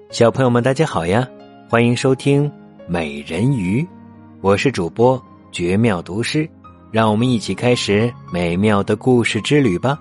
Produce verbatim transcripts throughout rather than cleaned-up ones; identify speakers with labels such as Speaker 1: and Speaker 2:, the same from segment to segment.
Speaker 1: 小朋友们大家好呀，欢迎收听美人鱼，我是主播绝妙读诗，让我们一起开始美妙的故事之旅吧。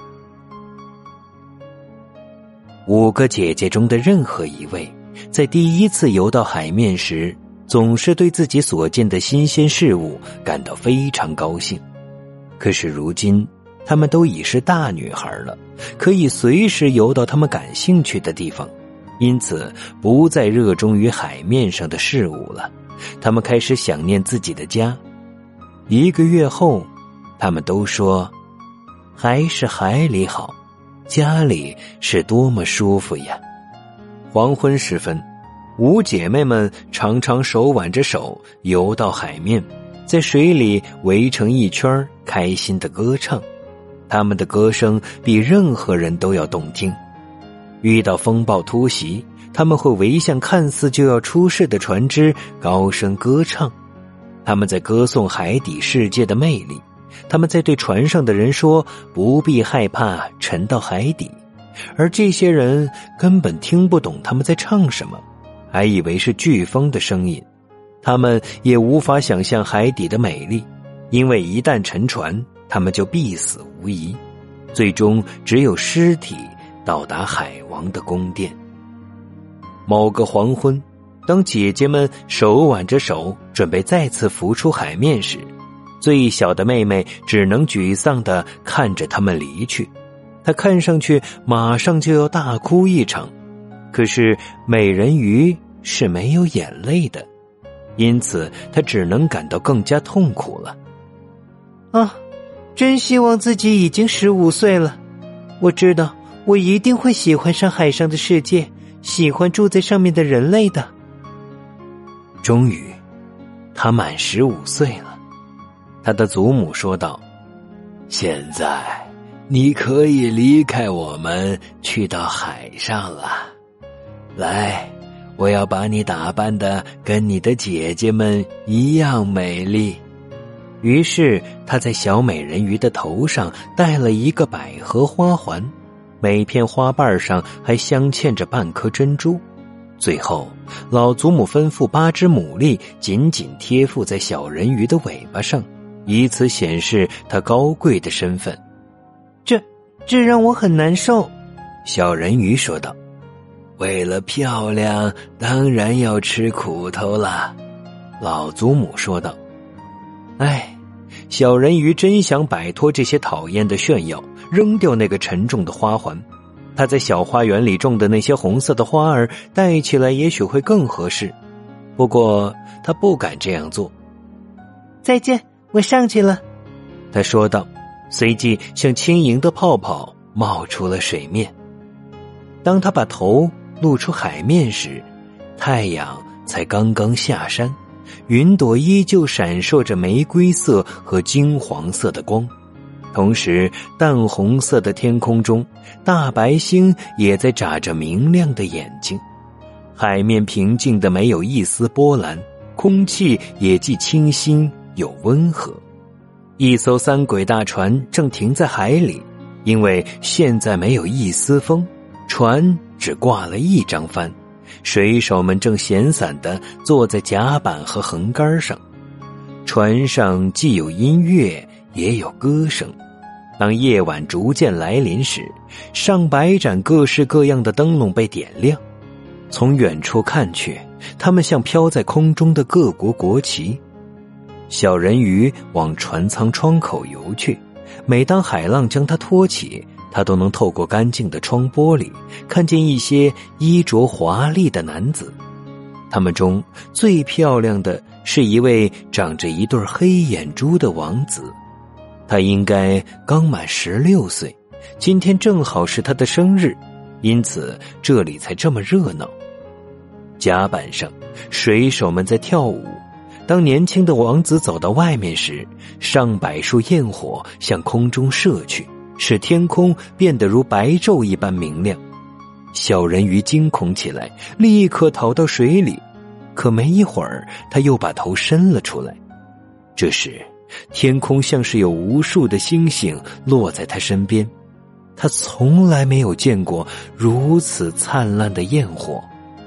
Speaker 1: 五个姐姐中的任何一位，在第一次游到海面时，总是对自己所见的新鲜事物感到非常高兴。可是如今，她们都已是大女孩了，可以随时游到她们感兴趣的地方，因此不再热衷于海面上的事物了。她们开始想念自己的家。一个月后，她们都说，还是海里好，家里是多么舒服呀。黄昏时分，五姐妹们常常手挽着手游到海面，在水里围成一圈，开心地歌唱。她们的歌声比任何人都要动听。遇到风暴突袭，他们会围向看似就要出事的船只高声歌唱。他们在歌颂海底世界的魅力，他们在对船上的人说不必害怕沉到海底，而这些人根本听不懂他们在唱什么，还以为是飓风的声音。他们也无法想象海底的美丽，因为一旦沉船，他们就必死无疑，最终只有尸体到达海王的宫殿。某个黄昏，当姐姐们手挽着手准备再次浮出海面时，最小的妹妹只能沮丧地看着他们离去。她看上去马上就要大哭一场，可是美人鱼是没有眼泪的，因此她只能感到更加痛苦了。
Speaker 2: 啊，真希望自己已经十五岁了。我知道我一定会喜欢上海上的世界，喜欢住在上面的人类的。
Speaker 1: 终于，他满十五岁了。他的祖母说道：现在你可以离开我们去到海上了。来，我要把你打扮得跟你的姐姐们一样美丽。于是他在小美人鱼的头上戴了一个百合花环，每片花瓣上还镶嵌着半颗珍珠。最后，老祖母吩咐八只牡蛎紧紧贴附在小人鱼的尾巴上，以此显示她高贵的身份。
Speaker 2: 这这让我很难受，
Speaker 1: 小人鱼说道。为了漂亮，当然要吃苦头啦，老祖母说道。唉，小人鱼真想摆脱这些讨厌的炫耀，扔掉那个沉重的花环。他在小花园里种的那些红色的花儿戴起来也许会更合适，不过他不敢这样做。
Speaker 2: 再见，我上去了，
Speaker 1: 他说道，随即像轻盈的泡泡冒出了水面。当他把头露出海面时，太阳才刚刚下山，云朵依旧闪烁着玫瑰色和金黄色的光。同时，淡红色的天空中，大白星也在眨着明亮的眼睛。海面平静的没有一丝波澜，空气也既清新又温和。一艘三轨大船正停在海里，因为现在没有一丝风，船只挂了一张帆，水手们正闲散地坐在甲板和横杆上。船上既有音乐也有歌声。当夜晚逐渐来临时，上百盏各式各样的灯笼被点亮。从远处看去，它们像飘在空中的各国国旗。小人鱼往船舱窗口游去，每当海浪将它托起，它都能透过干净的窗玻璃看见一些衣着华丽的男子。他们中最漂亮的是一位长着一对黑眼珠的王子，他应该刚满十六岁，今天正好是他的生日，因此这里才这么热闹。甲板上，水手们在跳舞。当年轻的王子走到外面时，上百束焰火向空中射去，使天空变得如白昼一般明亮。小人鱼惊恐起来，立刻逃到水里，可没一会儿，他又把头伸了出来。这时，天空像是有无数的星星落在他身边，他从来没有见过如此灿烂的焰火，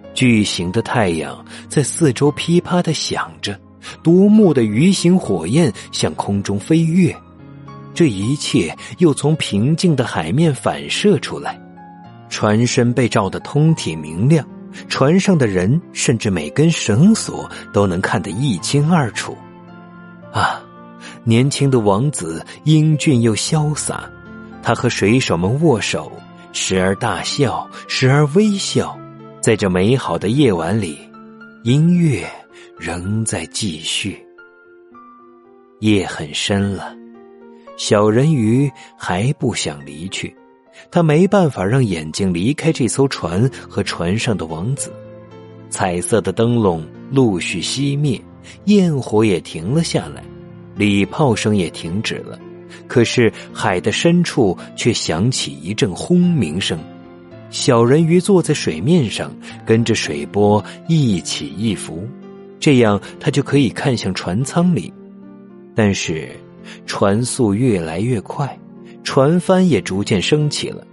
Speaker 1: 巨型的太阳在四周噼啪地响着，夺目的鱼形火焰向空中飞跃，这一切又从平静的海面反射出来，船身被照得通体明亮，船上的人甚至每根绳索都能看得一清二楚。啊，年轻的王子英俊又潇洒，他和水手们握手，时而大笑，时而微笑。在这美好的夜晚里，音乐仍在继续。夜很深了，小人鱼还不想离去，他没办法让眼睛离开这艘船和船上的王子。彩色的灯笼陆续熄灭，焰火也停了下来，礼炮声也停止了，可是海的深处却响起一阵轰鸣声。小人鱼坐在水面上，跟着水波一起一伏，这样他就可以看向船舱里。但是船速越来越快，船帆也逐渐升起了，